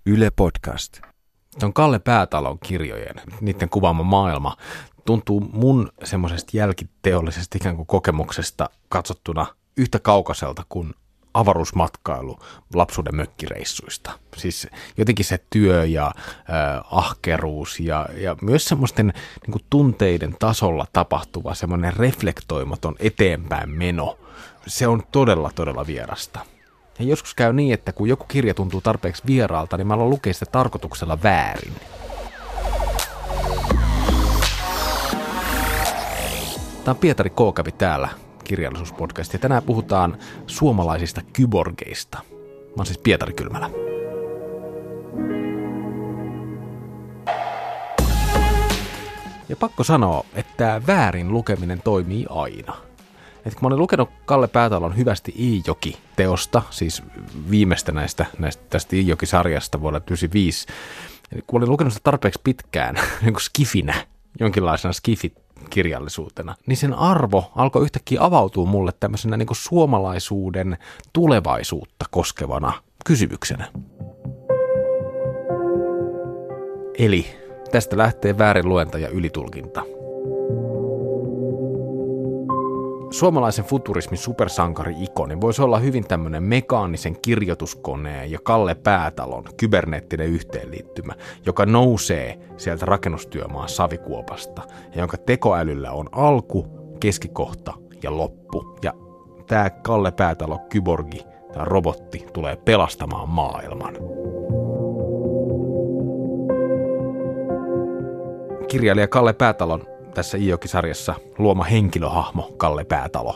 Yle Podcast. Se on Kalle Päätalon kirjojen, niiden kuvaama maailma, tuntuu mun semmoisesta jälkiteollisesta ikään kuin kokemuksesta katsottuna yhtä kaukaiselta kuin avaruusmatkailu lapsuuden mökkireissuista. Siis jotenkin se työ ja ahkeruus ja myös semmoisten niin kuin tunteiden tasolla tapahtuva semmoinen reflektoimaton eteenpäin meno. Se on todella, todella vierasta. Ja joskus käy niin, että kun joku kirja tuntuu tarpeeksi vieraalta, niin mä aloin lukea sitä tarkoituksella väärin. Tämä on Pietari K. kävi täällä kirjallisuuspodcast ja tänään puhutaan suomalaisista kyborgeista. Mä oon siis Pietari Kylmälä. Ja pakko sanoa, että väärin lukeminen toimii aina. Et kun mä olin lukenut Kalle Päätalon Hyvästi Iijoki-teosta, siis viimeistä tästä Iijoki-sarjasta vuodelta 1995, kun olin lukenut sitä tarpeeksi pitkään, niin kuin skifinä, jonkinlaisena skifit-kirjallisuutena, niin sen arvo alkoi yhtäkkiä avautua mulle tämmöisenä niin kuin suomalaisuuden tulevaisuutta koskevana kysymyksenä. Eli tästä lähtee väärin luenta ja ylitulkinta. Suomalaisen futurismin supersankari-ikoni voisi olla hyvin tämmöinen mekaanisen kirjoituskoneen ja Kalle Päätalon kyberneettinen yhteenliittymä, joka nousee sieltä rakennustyömaan savikuopasta ja jonka tekoälyllä on alku, keskikohta ja loppu. Ja tämä Kalle Päätalo kyborgi, tämä robotti, tulee pelastamaan maailman. Kirjailija Kalle Päätalon tässä Iijoki-sarjassa luoma henkilöhahmo Kalle Päätalo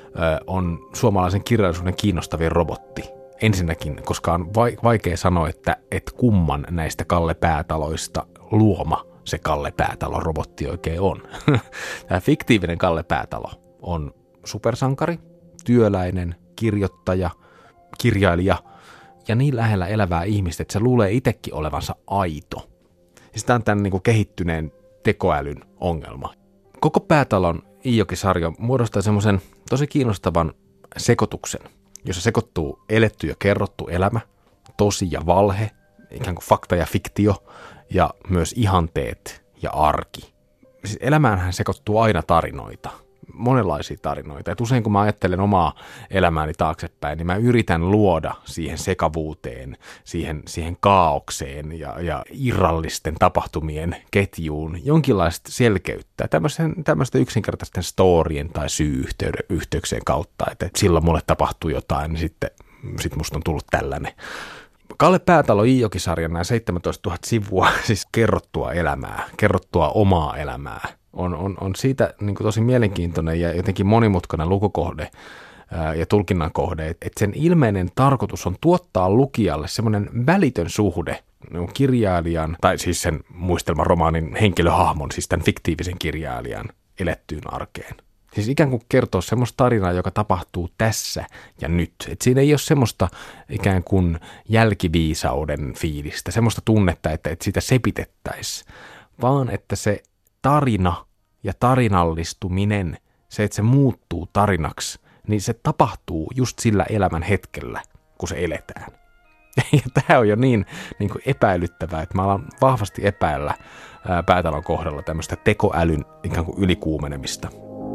on suomalaisen kirjallisuuden kiinnostavin robotti. Ensinnäkin, koska on vaikea sanoa, että kumman näistä Kalle Päätaloista luoma se Kalle Päätalon robotti oikein on. Tämä fiktiivinen Kalle Päätalo on supersankari, työläinen, kirjoittaja, kirjailija ja niin lähellä elävää ihmistä, että se luulee itsekin olevansa aito. Ja sitä on tämän niin kuin kehittyneen tekoälyn ongelma. Koko Päätalon Iijoki-sarja muodostaa semmoisen tosi kiinnostavan sekoituksen, jossa sekoittuu eletty ja kerrottu elämä, tosi ja valhe, ikään kuin fakta ja fiktio, ja myös ihanteet ja arki. Siis elämäänhän sekoittuu aina tarinoita, monenlaisia tarinoita. Et usein kun mä ajattelen omaa elämääni taaksepäin, niin mä yritän luoda siihen sekavuuteen, siihen kaaukseen ja irrallisten tapahtumien ketjuun jonkinlaista selkeyttä. Tämmöisten yksinkertaisten storien tai syy-yhteyksien kautta, että silloin mulle tapahtuu jotain, niin sitten musta on tullut tällainen. Kalle Päätalo Iijoki-sarjan nämä 17 000 sivua, siis kerrottua elämää, kerrottua omaa elämää, on siitä niin kuin tosi mielenkiintoinen ja jotenkin monimutkainen lukukohde ja tulkinnan kohde, että sen ilmeinen tarkoitus on tuottaa lukijalle semmoinen välitön suhde kirjailijan, tai siis sen muistelmaromaanin henkilöhahmon, siis tämän fiktiivisen kirjailijan elettyyn arkeen. Siis ikään kuin kertoo semmoista tarinaa, joka tapahtuu tässä ja nyt. Et siinä ei ole semmoista ikään kuin jälkiviisauden fiilistä, semmoista tunnetta, että sitä sepitettäisiin, vaan että se tarina ja tarinallistuminen, se, että se muuttuu tarinaksi, niin se tapahtuu just sillä elämän hetkellä, kun se eletään. Ja tämä on jo niin kuin epäilyttävää, että mä alan vahvasti epäillä Päätalon kohdalla tämmöistä tekoälyn ikään kuin ylikuumenemista.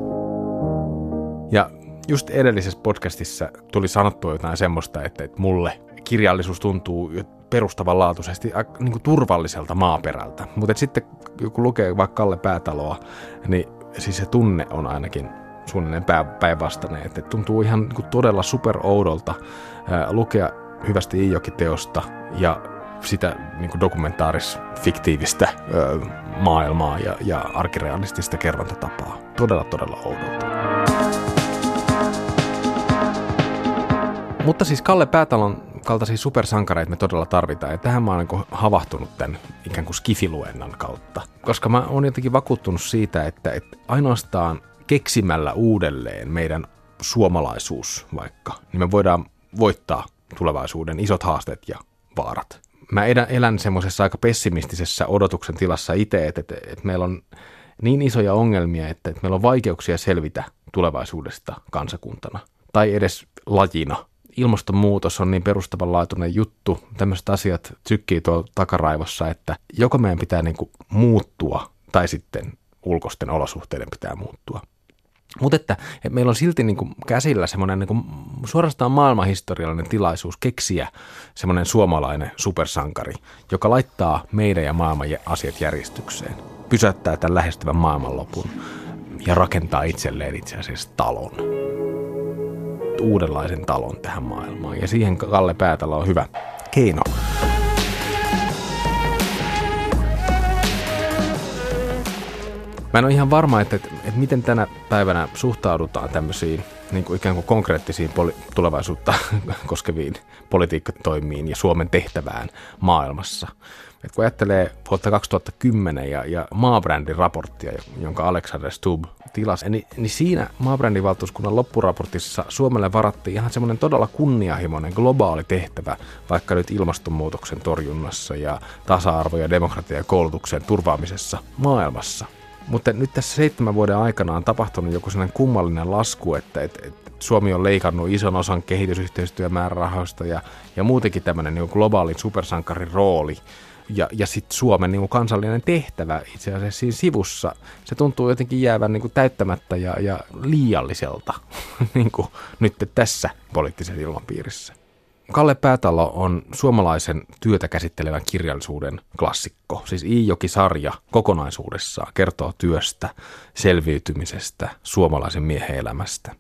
Ja just edellisessä podcastissa tuli sanottua jotain semmoista, että mulle kirjallisuus tuntuu perustavanlaatuisesti niin kuin turvalliselta maaperältä. Mutta sitten kun lukee vaikka Kalle Päätaloa, niin siis se tunne on ainakin suunnilleen päinvastainen. Että tuntuu ihan niin kuin todella superoudolta lukea Hyvästi Iijoki-teosta ja sitä niin kuin dokumentaaris-fiktiivistä maailmaa ja arkirealistista kerrontatapaa. Todella, todella oudolta. Mutta siis Kalle Päätalon kaltaisia supersankareita me todella tarvitaan, ja tähän mä oon niin havahtunut tämän ikään kuin skifiluennan kautta. Koska mä oon jotenkin vakuuttunut siitä, että ainoastaan keksimällä uudelleen meidän suomalaisuus vaikka, niin me voidaan voittaa tulevaisuuden isot haasteet ja vaarat. Mä elän semmoisessa aika pessimistisessä odotuksen tilassa itse, että meillä on niin isoja ongelmia, että meillä on vaikeuksia selvitä tulevaisuudesta kansakuntana tai edes lajina ilmastonmuutos on niin perustavanlaatuinen juttu, tämmöiset asiat sykkii tuolla takaraivossa, että joko meidän pitää niin kuin muuttua tai sitten ulkoisten olosuhteiden pitää muuttua. Mutta että meillä on silti niin kuin käsillä semmoinen niin kuin suorastaan maailmanhistoriallinen tilaisuus keksiä semmoinen suomalainen supersankari, joka laittaa meidän ja maailman asiat järjestykseen, pysäyttää tämän lähestyvän maailmanlopun ja rakentaa itselleen itse asiassa talon. Uudenlaisen talon tähän maailmaan. Ja siihen Kalle Päätalo on hyvä keino. Mä en ole ihan varma, että miten tänä päivänä suhtaudutaan tämmöisiin niin kuin ikään kuin konkreettisiin tulevaisuutta koskeviin politiikkatoimiin ja Suomen tehtävään maailmassa. Et kun ajattelee vuotta 2010 ja Maabrändin raporttia, jonka Alexander Stubb tilasi, niin siinä Maabrändin valtuuskunnan loppuraportissa Suomelle varattiin ihan semmoinen todella kunnianhimoinen globaali tehtävä, vaikka nyt ilmastonmuutoksen torjunnassa ja tasa-arvo ja demokratia ja koulutuksen turvaamisessa maailmassa. Mutta nyt tässä 7 vuoden aikana on tapahtunut joku sellainen kummallinen lasku, että Suomi on leikannut ison osan kehitysyhteistyömäärärahoista ja muutenkin tämmöinen niin globaalin supersankarin rooli. Ja sitten Suomen niin kuin kansallinen tehtävä itse asiassa siinä sivussa, se tuntuu jotenkin jäävän niin kuin täyttämättä ja liialliselta niin kuin nyt tässä poliittisessa ilmapiirissä. Kalle Päätalo on suomalaisen työtä käsittelevän kirjallisuuden klassikko. Siis Iijoki-sarja kokonaisuudessaan kertoo työstä, selviytymisestä, suomalaisen miehen elämästä.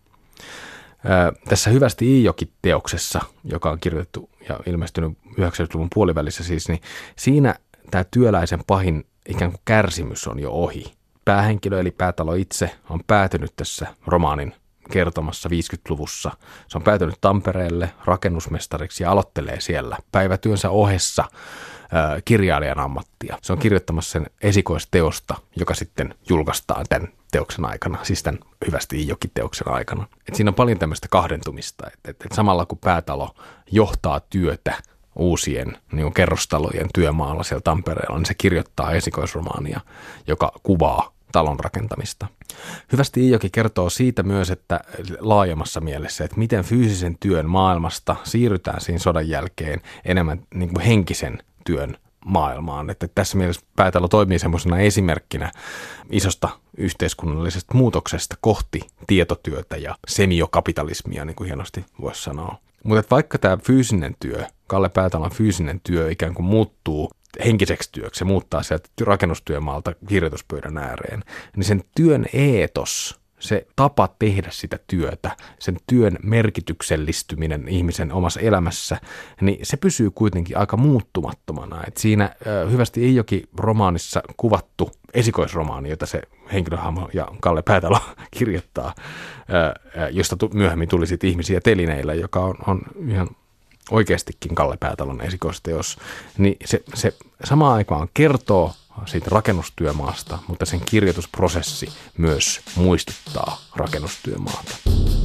Tässä Hyvästi Iijoki-teoksessa, joka on kirjoitettu ja ilmestynyt 90-luvun puolivälissä siis, niin siinä tämä työläisen pahin ikään kuin kärsimys on jo ohi. Päähenkilö eli Päätalo itse on päätynyt tässä romaanin kertomassa 50-luvussa. Se on päätynyt Tampereelle rakennusmestariksi ja aloittelee siellä päivätyönsä ohessa kirjailijan ammattia. Se on kirjoittamassa sen esikoisteosta, joka sitten julkaistaan tämän teoksen aikana, siis tämän Hyvästi Iijoki-teoksen aikana. Et siinä on paljon tämmöistä kahdentumista, että samalla kun Päätalo johtaa työtä uusien niin kuin kerrostalojen työmaalla siellä Tampereella, niin se kirjoittaa esikoisromaania, joka kuvaa talon rakentamista. Hyvästi Iijoki kertoo siitä myös, että laajemmassa mielessä, että miten fyysisen työn maailmasta siirrytään siinä sodan jälkeen enemmän niin kuin henkisen työn maailmaan. Että tässä mielessä Päätalo toimii semmoisena esimerkkinä isosta yhteiskunnallisesta muutoksesta kohti tietotyötä ja semiokapitalismia, niin kuin hienosti voisi sanoa. Mutta vaikka tämä fyysinen työ, Kalle Päätalon fyysinen työ ikään kuin muuttuu henkiseksi työksi, se muuttaa sieltä rakennustyömaalta kirjoituspöydän ääreen, niin sen työn eetos, se tapa tehdä sitä työtä, sen työn merkityksellistyminen ihmisen omassa elämässä, niin se pysyy kuitenkin aika muuttumattomana. Et siinä Hyvästi Iijoki-romaanissa kuvattu esikoisromaani, jota se henkilöhahmo ja Kalle Päätalo kirjoittaa, josta myöhemmin tuli sitten Ihmisiä telineillä, joka on ihan oikeastikin Kalle Päätalon esikoisteos, niin se samaan aikaan kertoo siitä rakennustyömaasta, mutta sen kirjoitusprosessi myös muistuttaa rakennustyömaata.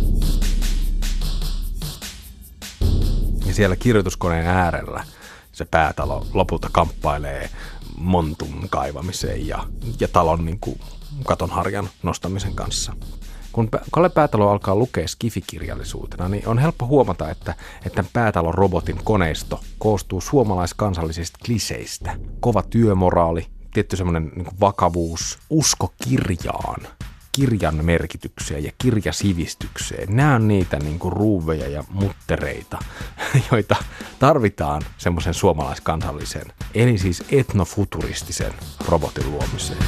Ja siellä kirjoituskoneen äärellä se Päätalo lopulta kamppailee montun kaivamiseen ja talon niin kuin katonharjan nostamisen kanssa. Kun Kalle Päätalo alkaa lukea skifikirjallisuutena, niin on helppo huomata, että Päätalon robotin koneisto koostuu suomalaiskansallisista kliseistä. Kova työmoraali, tietty semmoinen niin kuin vakavuus, usko kirjaan, kirjan merkitykseen ja kirjasivistykseen. Nämä on niitä niin kuin ruuveja ja muttereita, joita tarvitaan semmoisen suomalaiskansallisen, eli siis etnofuturistisen robotin luomiseen.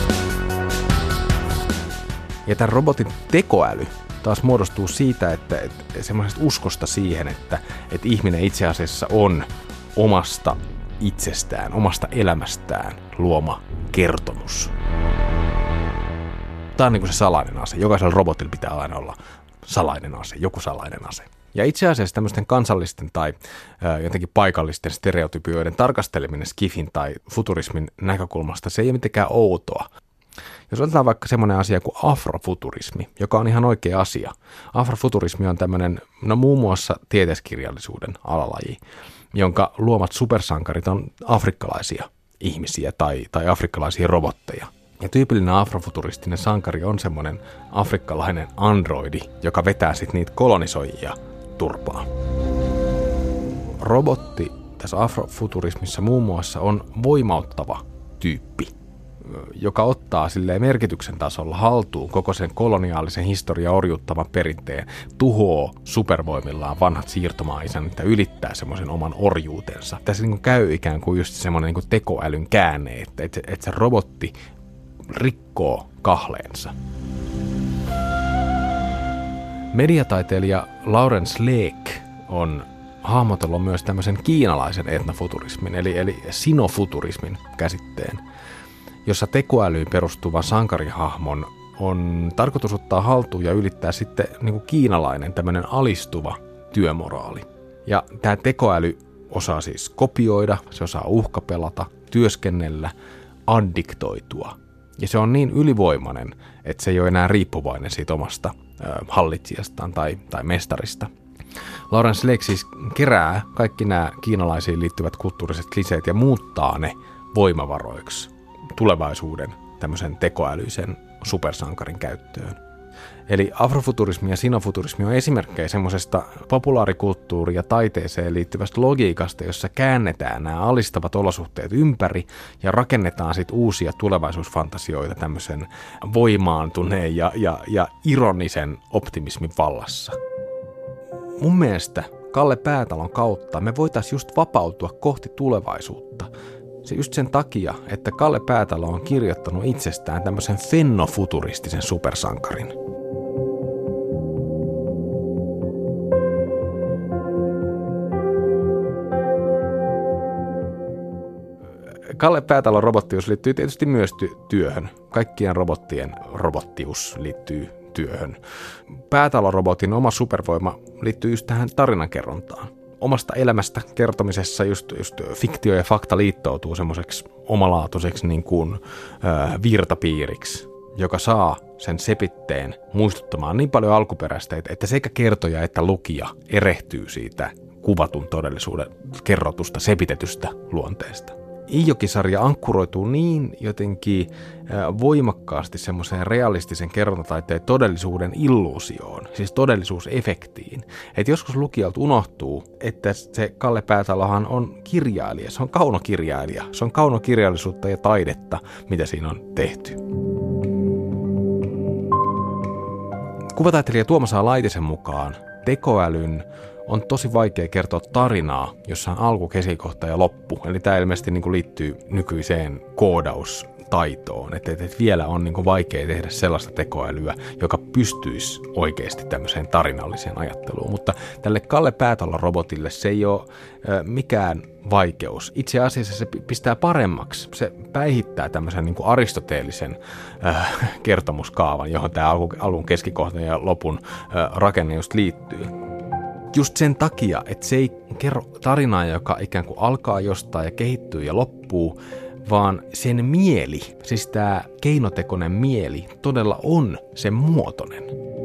Ja tämän robotin tekoäly taas muodostuu siitä, että semmoisesta uskosta siihen, että ihminen itse asiassa on omasta itsestään, omasta elämästään luoma kertomus. Tämä on niin kuin se salainen ase. Jokaisella robotilla pitää aina olla salainen ase, joku salainen ase. Ja itse asiassa tämmöisten kansallisten tai jotenkin paikallisten stereotypioiden tarkasteleminen skifin tai futurismin näkökulmasta, se ei ole mitenkään outoa. Jos otetaan vaikka semmoinen asia kuin afrofuturismi, joka on ihan oikea asia. Afrofuturismi on tämmöinen, muun muassa tieteiskirjallisuuden alalaji, jonka luomat supersankarit on afrikkalaisia ihmisiä tai afrikkalaisia robotteja. Ja tyypillinen afrofuturistinen sankari on semmoinen afrikkalainen androidi, joka vetää sitten niitä kolonisoijia turpaa. Robotti tässä afrofuturismissa muun muassa on voimauttava tyyppi, joka ottaa silleen merkityksen tasolla haltuun koko sen koloniaalisen historian orjuuttavan perinteen, tuhoaa supervoimillaan vanhat siirtomaisännät ja ylittää semmoisen oman orjuutensa. Tässä niin kuin käy ikään kuin just semmoinen niin kuin tekoälyn käänne, että se robotti rikkoo kahleensa. Mediataiteilija Lawrence Lake on hahmotellut myös tämmöisen kiinalaisen etnofuturismin, eli sinofuturismin käsitteen, jossa tekoälyyn perustuva sankarihahmon on tarkoitus ottaa haltuun ja ylittää sitten niin kuin kiinalainen tämmöinen alistuva työmoraali. Ja tämä tekoäly osaa siis kopioida, se osaa uhkapelata, työskennellä, addiktoitua. Ja se on niin ylivoimainen, että se ei ole enää riippuvainen siitä omasta hallitsijastaan tai mestarista. Lawrence Lake siis kerää kaikki nämä kiinalaisiin liittyvät kulttuuriset kliseet ja muuttaa ne voimavaroiksi tulevaisuuden tämmöisen tekoälyisen supersankarin käyttöön. Eli afrofuturismi ja sinofuturismi on esimerkkejä semmoisesta populaarikulttuuri- ja taiteeseen liittyvästä logiikasta, jossa käännetään nämä alistavat olosuhteet ympäri ja rakennetaan sitten uusia tulevaisuusfantasioita tämmöisen voimaantuneen ja ironisen optimismin vallassa. Mun mielestä Kalle Päätalon kautta me voitaisiin just vapautua kohti tulevaisuutta. Se just sen takia, että Kalle Päätalo on kirjoittanut itsestään tämmöisen fennofuturistisen supersankarin. Kalle Päätalon robottius liittyy tietysti myös työhön. Kaikkien robottien robottius liittyy työhön. Päätalon robotin oma supervoima liittyy just tähän tarinankerrontaan. Omasta elämästä kertomisessa just fiktio ja fakta liittoutuu semmoiseksi omalaatuiseksi niin kuin virtapiiriksi, joka saa sen sepitteen muistuttamaan niin paljon alkuperäistä, että sekä kertoja että lukija erehtyy siitä kuvatun todellisuuden kerrotusta, sepitetystä luonteesta. Iijoki-sarja ankkuroituu niin jotenkin voimakkaasti semmoiseen realistisen kerrontataiteen todellisuuden illuusioon, siis todellisuusefektiin, että joskus lukijalta unohtuu, että se Kalle Päätalohan on kirjailija, se on kaunokirjailija, se on kaunokirjallisuutta ja taidetta, mitä siinä on tehty. Kuvataiteilija Tuomas A. Laitisen mukaan tekoälyn on tosi vaikea kertoa tarinaa, jossa on alku, keskikohta ja loppu. Eli tämä ilmeisesti niin kuin liittyy nykyiseen koodaustaitoon, että vielä on niin kuin vaikea tehdä sellaista tekoälyä, joka pystyisi oikeasti tämmöiseen tarinalliseen ajatteluun. Mutta tälle Kalle Päätalon robotille se ei ole mikään vaikeus. Itse asiassa se pistää paremmaksi. Se päihittää tämmöisen niin kuin aristoteellisen kertomuskaavan, johon tämä alun, keskikohta ja lopun rakenne just liittyy. Just sen takia, että se ei kerro tarinaa, joka ikään kuin alkaa jostain ja kehittyy ja loppuu, vaan sen mieli, siis tämä keinotekoinen mieli, todella on sen muotoinen.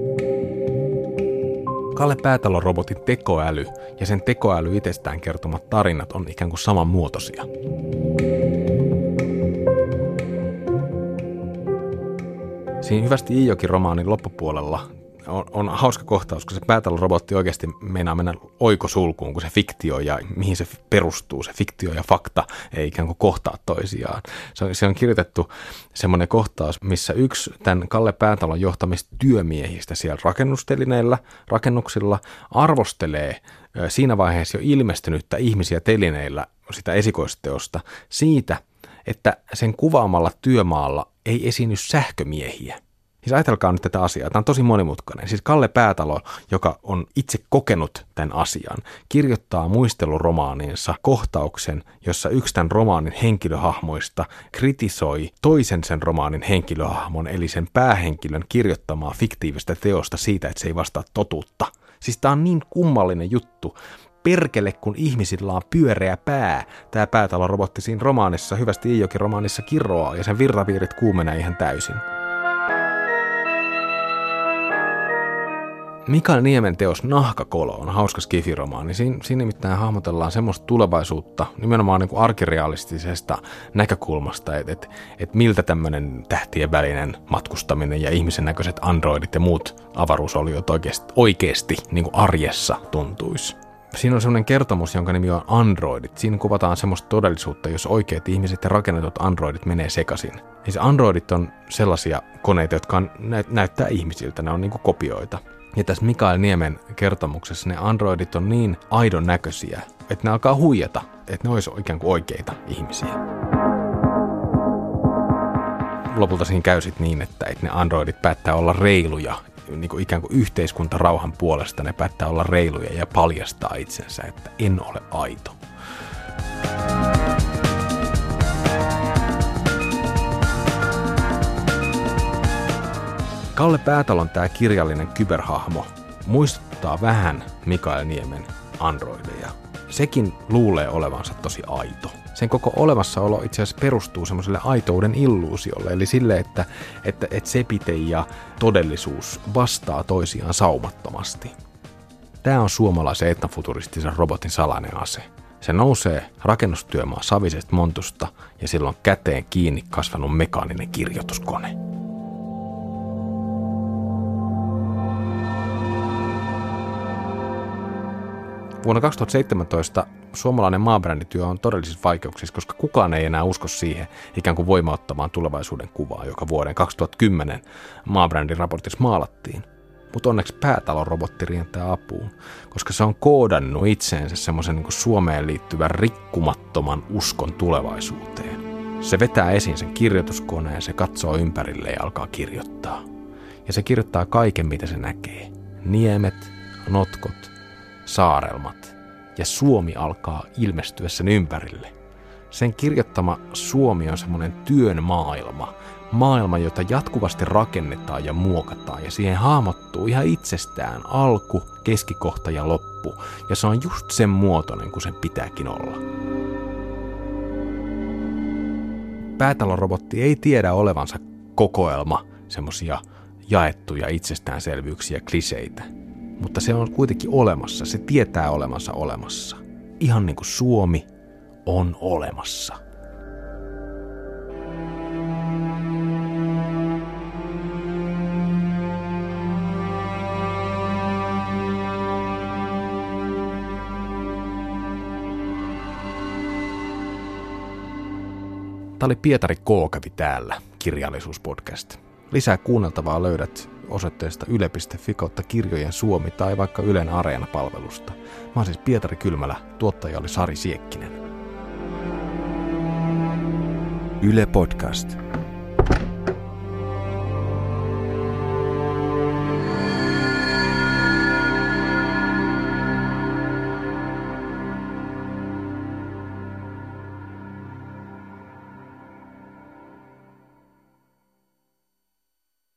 Kalle Päätalon robotin tekoäly ja sen tekoäly itsestään kertomat tarinat on ikään kuin samanmuotoisia. Siinä Hyvästi Iijoki-romaanin loppupuolella on hauska kohtaus, kun se Päätalon robotti oikeasti meinaa mennä oikosulkuun, kun se fiktio ja mihin se perustuu, se fiktio ja fakta ei ikään kuin kohtaa toisiaan. Se on kirjoitettu semmoinen kohtaus, missä yksi tämän Kalle Päätalon johtamista työmiehistä siellä rakennustelineillä, rakennuksilla arvostelee siinä vaiheessa jo ilmestynyttä ihmisiä telineillä sitä esikoisteosta siitä, että sen kuvaamalla työmaalla ei esiinny sähkömiehiä. Siis ajatelkaa nyt tätä asiaa. Tämä on tosi monimutkainen. Siis Kalle Päätalo, joka on itse kokenut tämän asian, kirjoittaa muisteluromaaninsa kohtauksen, jossa yksi tämän romaanin henkilöhahmoista kritisoi toisen sen romaanin henkilöhahmon, eli sen päähenkilön kirjoittamaa fiktiivistä teosta siitä, että se ei vastaa totuutta. Siis tämä on niin kummallinen juttu. Perkele, kun ihmisillä on pyöreä pää. Tämä Päätalon robotti siinä romaanissa, Hyvästi Iijoki-romaanissa kiroaa ja sen virtapiirit kuumenee ihan täysin. Mikael Niemen teos Nahkakolo on hauska skifiromaani. Siinä nimittäin hahmotellaan semmoista tulevaisuutta nimenomaan niin kuin arkirealistisesta näkökulmasta, että miltä tämmöinen tähtien välinen matkustaminen ja ihmisen näköiset androidit ja muut avaruusoliot oikeasti niin kuin arjessa tuntuisi. Siinä on semmoinen kertomus, jonka nimi on Androidit. Siinä kuvataan semmoista todellisuutta, jos oikeat ihmiset ja rakennetut androidit menee sekaisin. Ja se androidit on sellaisia koneita, jotka näyttää ihmisiltä, ne on niin kuin kopioita. Ja tässä Mikael Niemen kertomuksessa ne androidit on niin aidon näköisiä, että ne alkaa huijata, että ne olisi ikään kuin oikeita ihmisiä. Lopulta siinä käy sit niin, että ne androidit päättää olla reiluja, niin kuin ikään kuin yhteiskuntarauhan puolesta ne päättää olla reiluja ja paljastaa itsensä, että en ole aito. Kalle Päätalon tämä kirjallinen kyberhahmo muistuttaa vähän Mikael Niemen androideja. Sekin luulee olevansa tosi aito. Sen koko olemassaolo itse asiassa perustuu semmoiselle aitouden illuusiolle, eli sille, että sepite ja todellisuus vastaa toisiaan saumattomasti. Tämä on suomalaisen etnofuturistisen robotin salainen ase. Se nousee rakennustyömaa savisesta montusta ja silloin käteen kiinni kasvanut mekaaninen kirjoituskone. Vuonna 2017 suomalainen maabrändityö on todellisissa vaikeuksissa, koska kukaan ei enää usko siihen ikään kuin voimauttamaan tulevaisuuden kuvaa, joka vuoden 2010 maabrändin raportissa maalattiin. Mutta onneksi Päätalon robotti rientää apuun, koska se on koodannut itseensä semmoisen niin kuin Suomeen liittyvän rikkumattoman uskon tulevaisuuteen. Se vetää esiin sen kirjoituskoneen, se katsoo ympärille ja alkaa kirjoittaa. Ja se kirjoittaa kaiken, mitä se näkee. Niemet, notkot, saarelmat ja Suomi alkaa ilmestyä sen ympärille. Sen kirjoittama Suomi on semmoinen työn maailma, jota jatkuvasti rakennetaan ja muokataan ja siihen hahmottuu ihan itsestään alku, keskikohta ja loppu ja se on just sen muotoinen kuin sen pitääkin olla. Päätalon robotti ei tiedä olevansa kokoelma semmoisia jaettuja itsestäänselvyyksiä, kliseitä. Mutta se on kuitenkin olemassa, se tietää olemansa olemassa. Ihan niin kuin Suomi on olemassa. Tämä oli Pietari K. kävi täällä, kirjallisuuspodcast. Lisää kuunneltavaa löydät osoitteesta yle.fi/kirjojen Suomi tai vaikka Ylen Areena-palvelusta. Mä oon siis Pietari Kylmälä, tuottaja oli Sari Siekkinen. Yle Podcast.